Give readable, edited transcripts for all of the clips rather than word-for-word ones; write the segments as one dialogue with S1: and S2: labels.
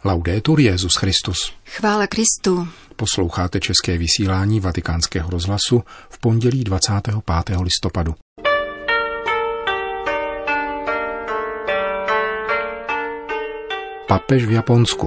S1: Laudetur Jesus Christus.
S2: Chvála Kristu.
S1: Posloucháte české vysílání Vatikánského rozhlasu v pondělí 25. listopadu. Papež v Japonsku.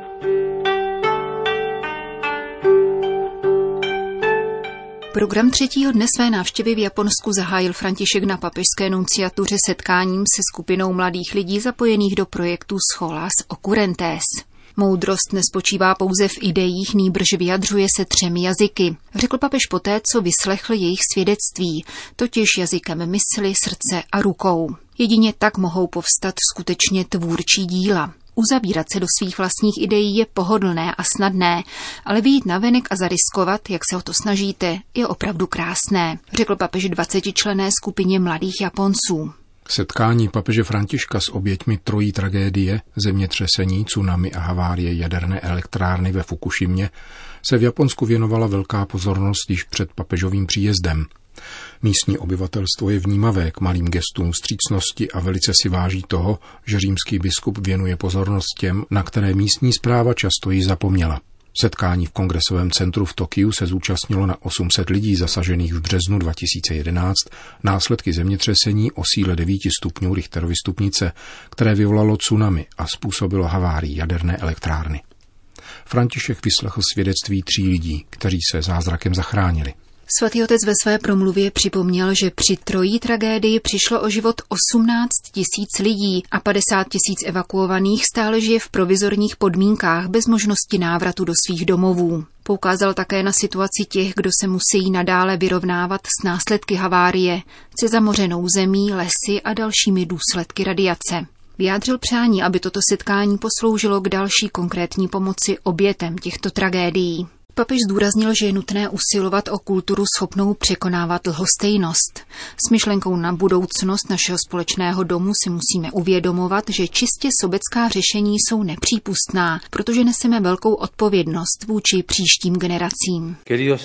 S2: Program třetího dne své návštěvy v Japonsku zahájil František na papežské nunciatuře setkáním se skupinou mladých lidí zapojených do projektu Scholas Occurrentes. Moudrost nespočívá pouze v ideích, nýbrž vyjadřuje se 3 jazyky, řekl papež poté, co vyslechl jejich svědectví, totiž jazykem mysli, srdce a rukou. Jedině tak mohou povstat skutečně tvůrčí díla. Uzavírat se do svých vlastních ideí je pohodlné a snadné, ale vyjít navenek a zariskovat, jak se o to snažíte, je opravdu krásné, řekl papež 20členné skupině mladých Japonců.
S1: Setkání papeže Františka s oběťmi 3 tragédie, zemětřesení, tsunami a havárie jaderné elektrárny ve Fukušimě, se v Japonsku věnovala velká pozornost již před papežovým příjezdem. Místní obyvatelstvo je vnímavé k malým gestům vstřícnosti a velice si váží toho, že římský biskup věnuje pozornost těm, na které místní správa často již zapomněla. Setkání v kongresovém centru v Tokiu se zúčastnilo na 800 lidí zasažených v březnu 2011 následky zemětřesení o síle 9 stupňů Richterovy stupnice, které vyvolalo tsunami a způsobilo havárii jaderné elektrárny. František vyslechl svědectví 3 lidí, kteří se zázrakem zachránili.
S2: Svatý otec ve své promluvě připomněl, že při 3. tragédii přišlo o život 18 000 lidí a 50 000 evakuovaných stále žije v provizorních podmínkách bez možnosti návratu do svých domovů. Poukázal také na situaci těch, kdo se musí nadále vyrovnávat s následky havárie, se zamořenou zemí, lesy a dalšími důsledky radiace. Vyjádřil přání, aby toto setkání posloužilo k další konkrétní pomoci obětem těchto tragédií. Papež zdůraznil, že je nutné usilovat o kulturu schopnou překonávat lhostejnost. S myšlenkou na budoucnost našeho společného domu si musíme uvědomovat, že čistě sobecká řešení jsou nepřípustná, protože neseme velkou odpovědnost vůči příštím generacím.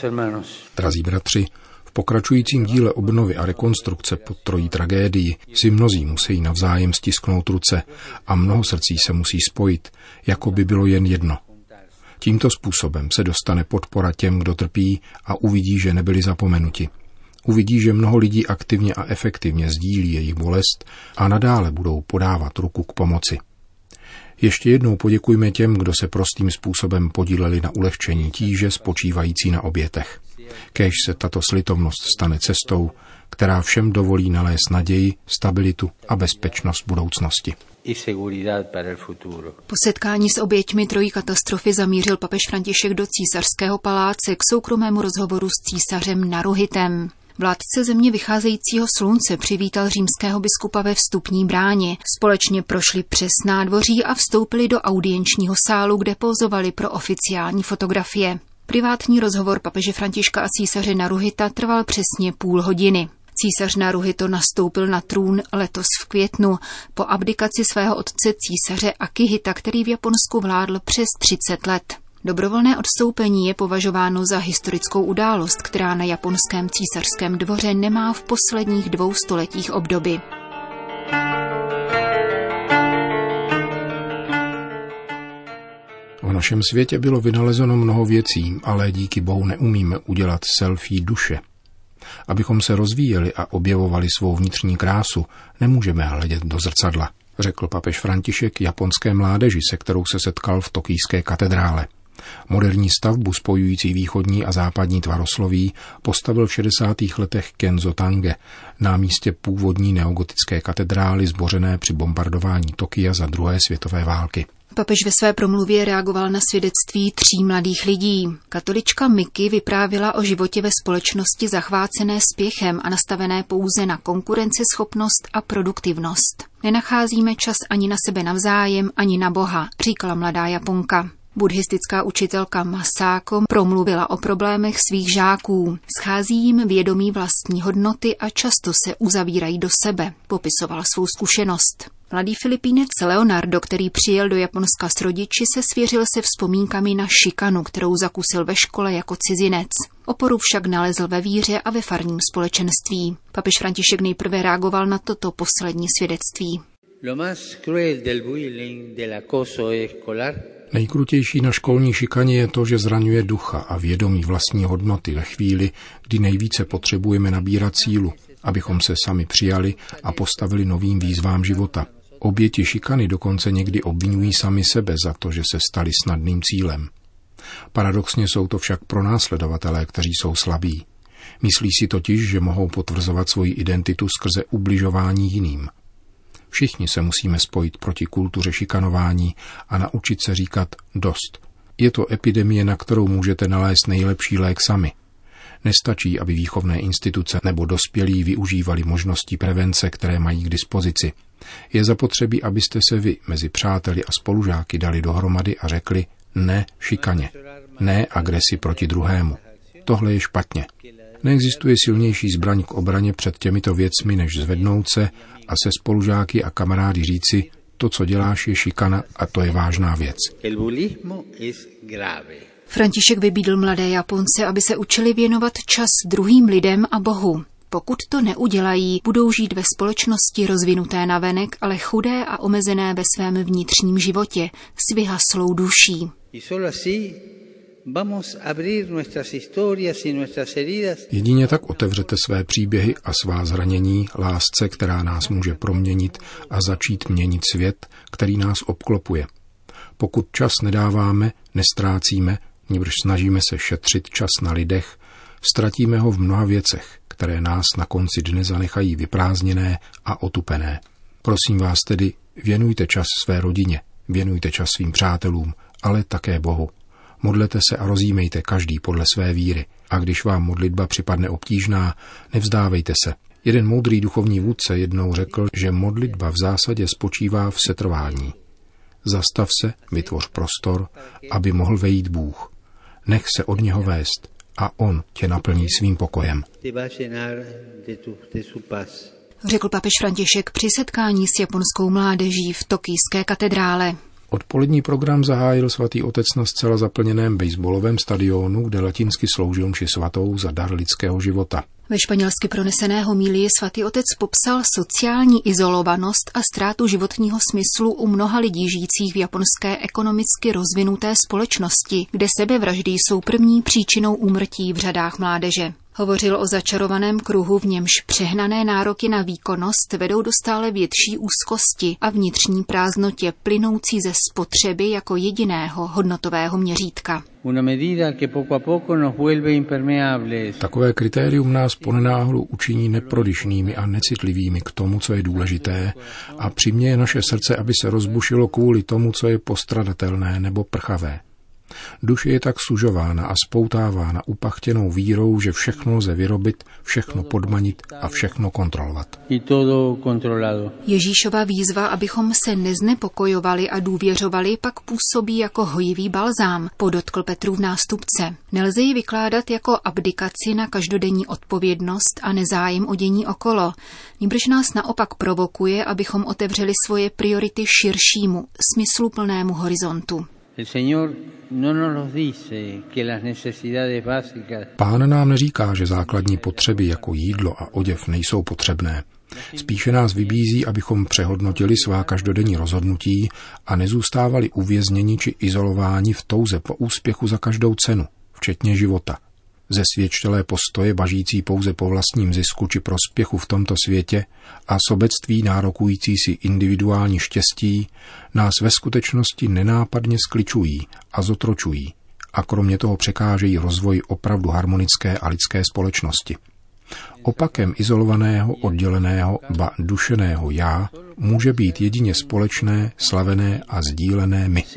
S1: Drazí bratři, v pokračujícím díle obnovy a rekonstrukce po 3. tragédii si mnozí musí navzájem stisknout ruce a mnoho srdcí se musí spojit, jako by bylo jen jedno. Tímto způsobem se dostane podpora těm, kdo trpí a uvidí, že nebyli zapomenuti. Uvidí, že mnoho lidí aktivně a efektivně sdílí jejich bolest a nadále budou podávat ruku k pomoci. Ještě jednou poděkujme těm, kdo se prostým způsobem podíleli na ulehčení tíže spočívající na obětech. Kéž se tato slitovnost stane cestou, která všem dovolí nalézt naději, stabilitu a bezpečnost budoucnosti.
S2: Po setkání s oběťmi 3 katastrofy zamířil papež František do císařského paláce k soukromému rozhovoru s císařem Naruhitem. Vládce země vycházejícího slunce přivítal římského biskupa ve vstupní bráně. Společně prošli přes nádvoří a vstoupili do audienčního sálu, kde pózovali pro oficiální fotografie. Privátní rozhovor papeže Františka a císaře Naruhita trval přesně půl hodiny. Císař Naruhito nastoupil na trůn letos v květnu po abdikaci svého otce císaře Akihita, který v Japonsku vládl přes 30 let. Dobrovolné odstoupení je považováno za historickou událost, která na japonském císařském dvoře nemá v posledních 2 stoletích obdoby.
S1: V našem světě bylo vynalezeno mnoho věcí, ale díky Bohu neumíme udělat selfie duše. Abychom se rozvíjeli a objevovali svou vnitřní krásu, nemůžeme hledět do zrcadla, řekl papež František japonské mládeži, se kterou se setkal v tokijské katedrále. Moderní stavbu spojující východní a západní tvarosloví postavil v 60. letech Kenzo Tange na místě původní neogotické katedrály zbořené při bombardování Tokia za 2. světové války.
S2: Papež ve své promluvě reagoval na svědectví 3 mladých lidí. Katolička Miki vyprávěla o životě ve společnosti zachvácené spěchem a nastavené pouze na konkurenceschopnost a produktivnost. Nenacházíme čas ani na sebe navzájem, ani na Boha, říkala mladá Japonka. Buddhistická učitelka Masako promluvila o problémech svých žáků. Schází jim vědomí vlastní hodnoty a často se uzavírají do sebe, popisovala svou zkušenost. Mladý Filipínec Leonardo, který přijel do Japonska s rodiči, se svěřil se vzpomínkami na šikanu, kterou zakusil ve škole jako cizinec. Oporu však nalezl ve víře a ve farním společenství. Papež František nejprve reagoval na toto poslední svědectví.
S1: Nejkrutější na školní šikaně je to, že zraňuje ducha a vědomí vlastní hodnoty ve chvíli, kdy nejvíce potřebujeme nabírat sílu, abychom se sami přijali a postavili novým výzvám života. Oběti šikany dokonce někdy obvinují sami sebe za to, že se stali snadným cílem. Paradoxně jsou to však pronásledovatelé, kteří jsou slabí. Myslí si totiž, že mohou potvrzovat svoji identitu skrze ubližování jiným. Všichni se musíme spojit proti kultuře šikanování a naučit se říkat dost. Je to epidemie, na kterou můžete nalézt nejlepší lék sami. Nestačí, aby výchovné instituce nebo dospělí využívali možnosti prevence, které mají k dispozici. Je zapotřebí, abyste se vy mezi přáteli a spolužáky dali dohromady a řekli ne šikaně, ne agresi proti druhému. Tohle je špatně. Neexistuje silnější zbraň k obraně před těmito věcmi, než zvednout se a se spolužáky a kamarády říci, to, co děláš, je šikana a to je vážná věc.
S2: František vybídl mladé Japonce, aby se učili věnovat čas druhým lidem a Bohu. Pokud to neudělají, budou žít ve společnosti rozvinuté navenek, ale chudé a omezené ve svém vnitřním životě, s vyhaslou duší.
S1: Jedině tak otevřete své příběhy a svá zranění lásce, která nás může proměnit a začít měnit svět, který nás obklopuje. Pokud čas nedáváme, nestrácíme, nýbrž snažíme se šetřit čas na lidech, ztratíme ho v mnoha věcech, které nás na konci dne zanechají vyprázdněné a otupené. Prosím vás tedy, věnujte čas své rodině, věnujte čas svým přátelům, ale také Bohu. Modlete se a rozjímejte každý podle své víry. A když vám modlitba připadne obtížná, nevzdávejte se. Jeden moudrý duchovní vůdce jednou řekl, že modlitba v zásadě spočívá v setrvání. Zastav se, vytvoř prostor, aby mohl vejít Bůh. Nech se od něho vést a on tě naplní svým pokojem.
S2: Řekl papež František při setkání s japonskou mládeží v tokijské katedrále.
S1: Odpolední program zahájil svatý otec na zcela zaplněném baseballovém stadionu, kde latinsky sloužil mši svatou za dar lidského života.
S2: Ve španělsky pronesené homílii svatý otec popsal sociální izolovanost a ztrátu životního smyslu u mnoha lidí žijících v japonské ekonomicky rozvinuté společnosti, kde sebevraždy jsou první příčinou úmrtí v řadách mládeže. Hovořil o začarovaném kruhu, v němž přehnané nároky na výkonnost vedou do stále větší úzkosti a vnitřní prázdnotě plynoucí ze spotřeby jako jediného hodnotového měřítka.
S1: Takové kritérium nás ponenáhlu učiní neprodyšnými a necitlivými k tomu, co je důležité, a přiměje naše srdce, aby se rozbušilo kvůli tomu, co je postradatelné nebo prchavé. Duše je tak sužována a spoutávána upachtěnou vírou, že všechno lze vyrobit, všechno podmanit a všechno kontrolovat.
S2: Ježíšova výzva, abychom se neznepokojovali a důvěřovali, pak působí jako hojivý balzám, podotkl Petrův nástupce. Nelze ji vykládat jako abdikaci na každodenní odpovědnost a nezájem o dění okolo, nýbrž nás naopak provokuje, abychom otevřeli svoje priority širšímu, smysluplnému horizontu.
S1: Pán nám neříká, že základní potřeby jako jídlo a oděv nejsou potřebné. Spíše nás vybízí, abychom přehodnotili svá každodenní rozhodnutí a nezůstávali uvězněni či izolováni v touze po úspěchu za každou cenu, včetně života. Zesvědčilé postoje bažící pouze po vlastním zisku či prospěchu v tomto světě a sobectví nárokující si individuální štěstí nás ve skutečnosti nenápadně skličují a zotročují a kromě toho překážejí rozvoji opravdu harmonické a lidské společnosti. Opakem izolovaného, odděleného, ba dušeného já může být jedině společné, slavené a sdílené my.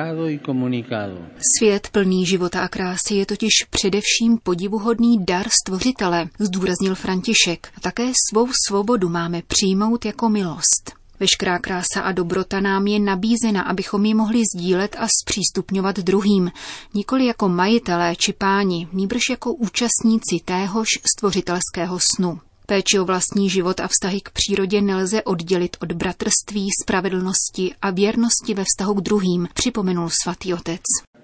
S2: Svět plný života a krásy je totiž především podivuhodný dar Stvořitele, zdůraznil František. A také svou svobodu máme přijmout jako milost. Veškerá krása a dobrota nám je nabízena, abychom ji mohli sdílet a zpřístupňovat druhým, nikoli jako majitelé či páni, nýbrž jako účastníci téhož stvořitelského snu. Péči o vlastní život a vztahy k přírodě nelze oddělit od bratrství, spravedlnosti a věrnosti ve vztahu k druhým, připomenul svatý otec.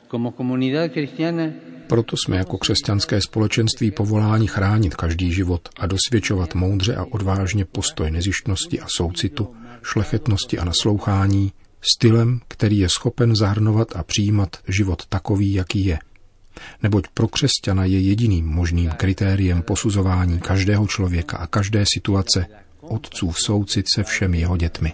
S1: Proto jsme jako křesťanské společenství povoláni chránit každý život a dosvědčovat moudře a odvážně postoj nezištnosti a soucitu, šlechetnosti a naslouchání, stylem, který je schopen zahrnovat a přijímat život takový, jaký je. Neboť pro křesťana je jediným možným kritériem posuzování každého člověka a každé situace otcův soucit se všemi jeho dětmi.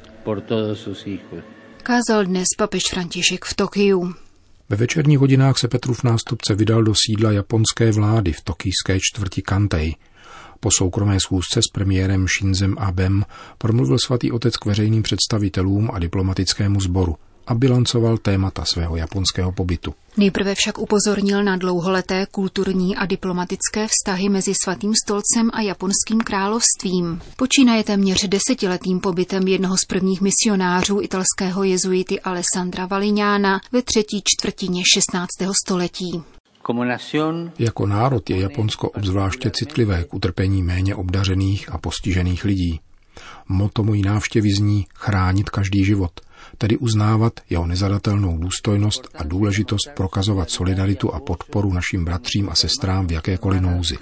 S2: Kázal dnes papež František v Tokiu.
S1: Ve večerních hodinách se Petrův nástupce vydal do sídla japonské vlády v tokijské čtvrti Kantei. Po soukromé schůzce s premiérem Shinzem Abem promluvil svatý otec k veřejným představitelům a diplomatickému sboru a bilancoval témata svého japonského pobytu.
S2: Nejprve však upozornil na dlouholeté kulturní a diplomatické vztahy mezi Svatým stolcem a Japonským královstvím. Počínaje téměř 10letým pobytem jednoho z prvních misionářů italského jezuity Alessandra Valignana ve třetí čtvrtině 16. století.
S1: Jako národ je Japonsko obzvláště citlivé k utrpení méně obdařených a postižených lidí. Motto mojí návštěvy zní chránit každý život, tedy uznávat jeho nezadatelnou důstojnost a důležitost prokazovat solidaritu a podporu našim bratřím a sestrám v jakékoliv nouzi.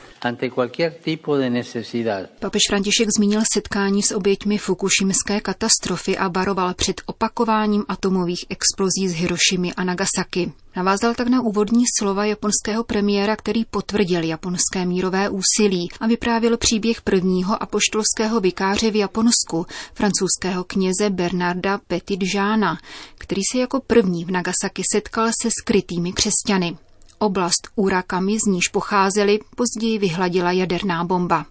S2: Papež František zmínil setkání s oběťmi fukušimské katastrofy a varoval před opakováním atomových explozí z Hirošimy a Nagasaki. Navázal tak na úvodní slova japonského premiéra, který potvrdil japonské mírové úsilí a vyprávěl příběh prvního apoštolského vikáře v Japonsku, francouzského kněze Bernarda Petitjeana, který se jako první v Nagasaki setkal se skrytými křesťany. Oblast Urakami, z níž pocházeli, později vyhladila jaderná bomba.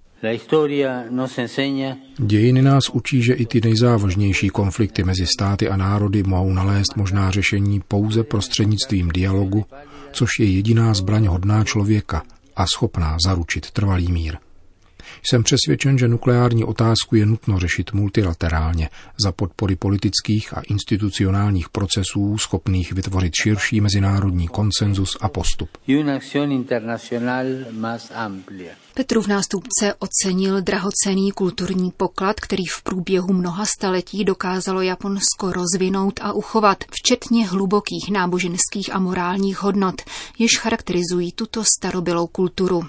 S1: Dějiny nás učí, že i ty nejzávažnější konflikty mezi státy a národy mohou nalézt možná řešení pouze prostřednictvím dialogu, což je jediná zbraň hodná člověka a schopná zaručit trvalý mír. Jsem přesvědčen, že nukleární otázku je nutno řešit multilaterálně za podpory politických a institucionálních procesů schopných vytvořit širší mezinárodní konsenzus a postup.
S2: Petrův nástupce ocenil drahocenný kulturní poklad, který v průběhu mnoha staletí dokázalo Japonsko rozvinout a uchovat, včetně hlubokých náboženských a morálních hodnot, jež charakterizují tuto starobylou kulturu.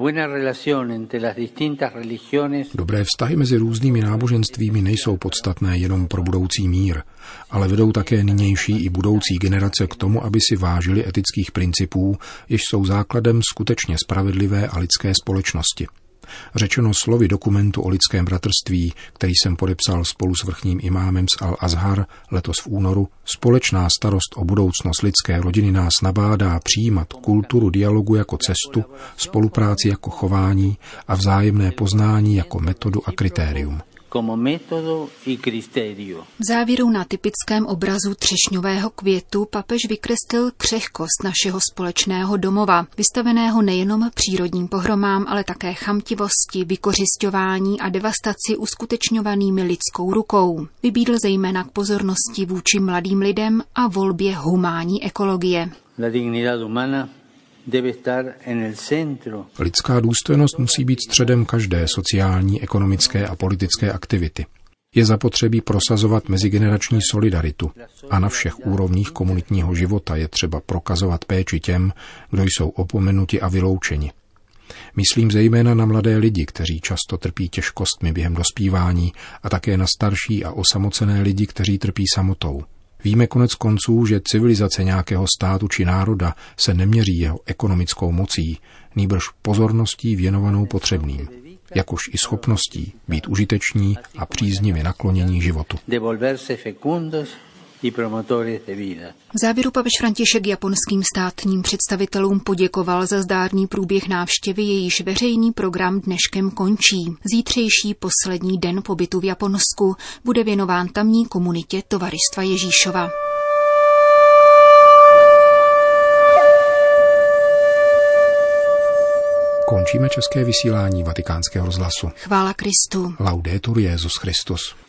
S1: Dobré vztahy mezi různými náboženstvími nejsou podstatné jenom pro budoucí mír, ale vedou také nynější i budoucí generace k tomu, aby si vážili etických principů, jež jsou základem skutečně spravedlivé a lidské společnosti. Řečeno slovy dokumentu o lidském bratrství, který jsem podepsal spolu s vrchním imámem z Al-Azhar letos v únoru, společná starost o budoucnost lidské rodiny nás nabádá přijímat kulturu dialogu jako cestu, spolupráci jako chování a vzájemné poznání jako metodu a kritérium.
S2: V závěru na typickém obrazu třešňového květu papež vykreslil křehkost našeho společného domova, vystaveného nejenom přírodním pohromám, ale také chamtivosti, vykořisťování a devastaci uskutečňovanými lidskou rukou. Vybídl zejména k pozornosti vůči mladým lidem a volbě humánní ekologie.
S1: Lidská důstojnost musí být středem každé sociální, ekonomické a politické aktivity. Je zapotřebí prosazovat mezigenerační solidaritu a na všech úrovních komunitního života je třeba prokazovat péči těm, kdo jsou opomenuti a vyloučeni. Myslím zejména na mladé lidi, kteří často trpí těžkostmi během dospívání, a také na starší a osamocené lidi, kteří trpí samotou. Víme konec konců, že civilizace nějakého státu či národa se neměří jeho ekonomickou mocí, nýbrž pozorností věnovanou potřebným, jakož i schopností být užiteční a příznivě naklonění životu.
S2: V závěru papež František japonským státním představitelům poděkoval za zdárný průběh návštěvy, jejíž veřejný program dneškem končí. Zítřejší poslední den pobytu v Japonsku bude věnován tamní komunitě Tovaristva Ježíšova.
S1: Končíme české vysílání Vatikánského rozhlasu.
S2: Chvála Kristu.
S1: Laudetur Jesus Christus.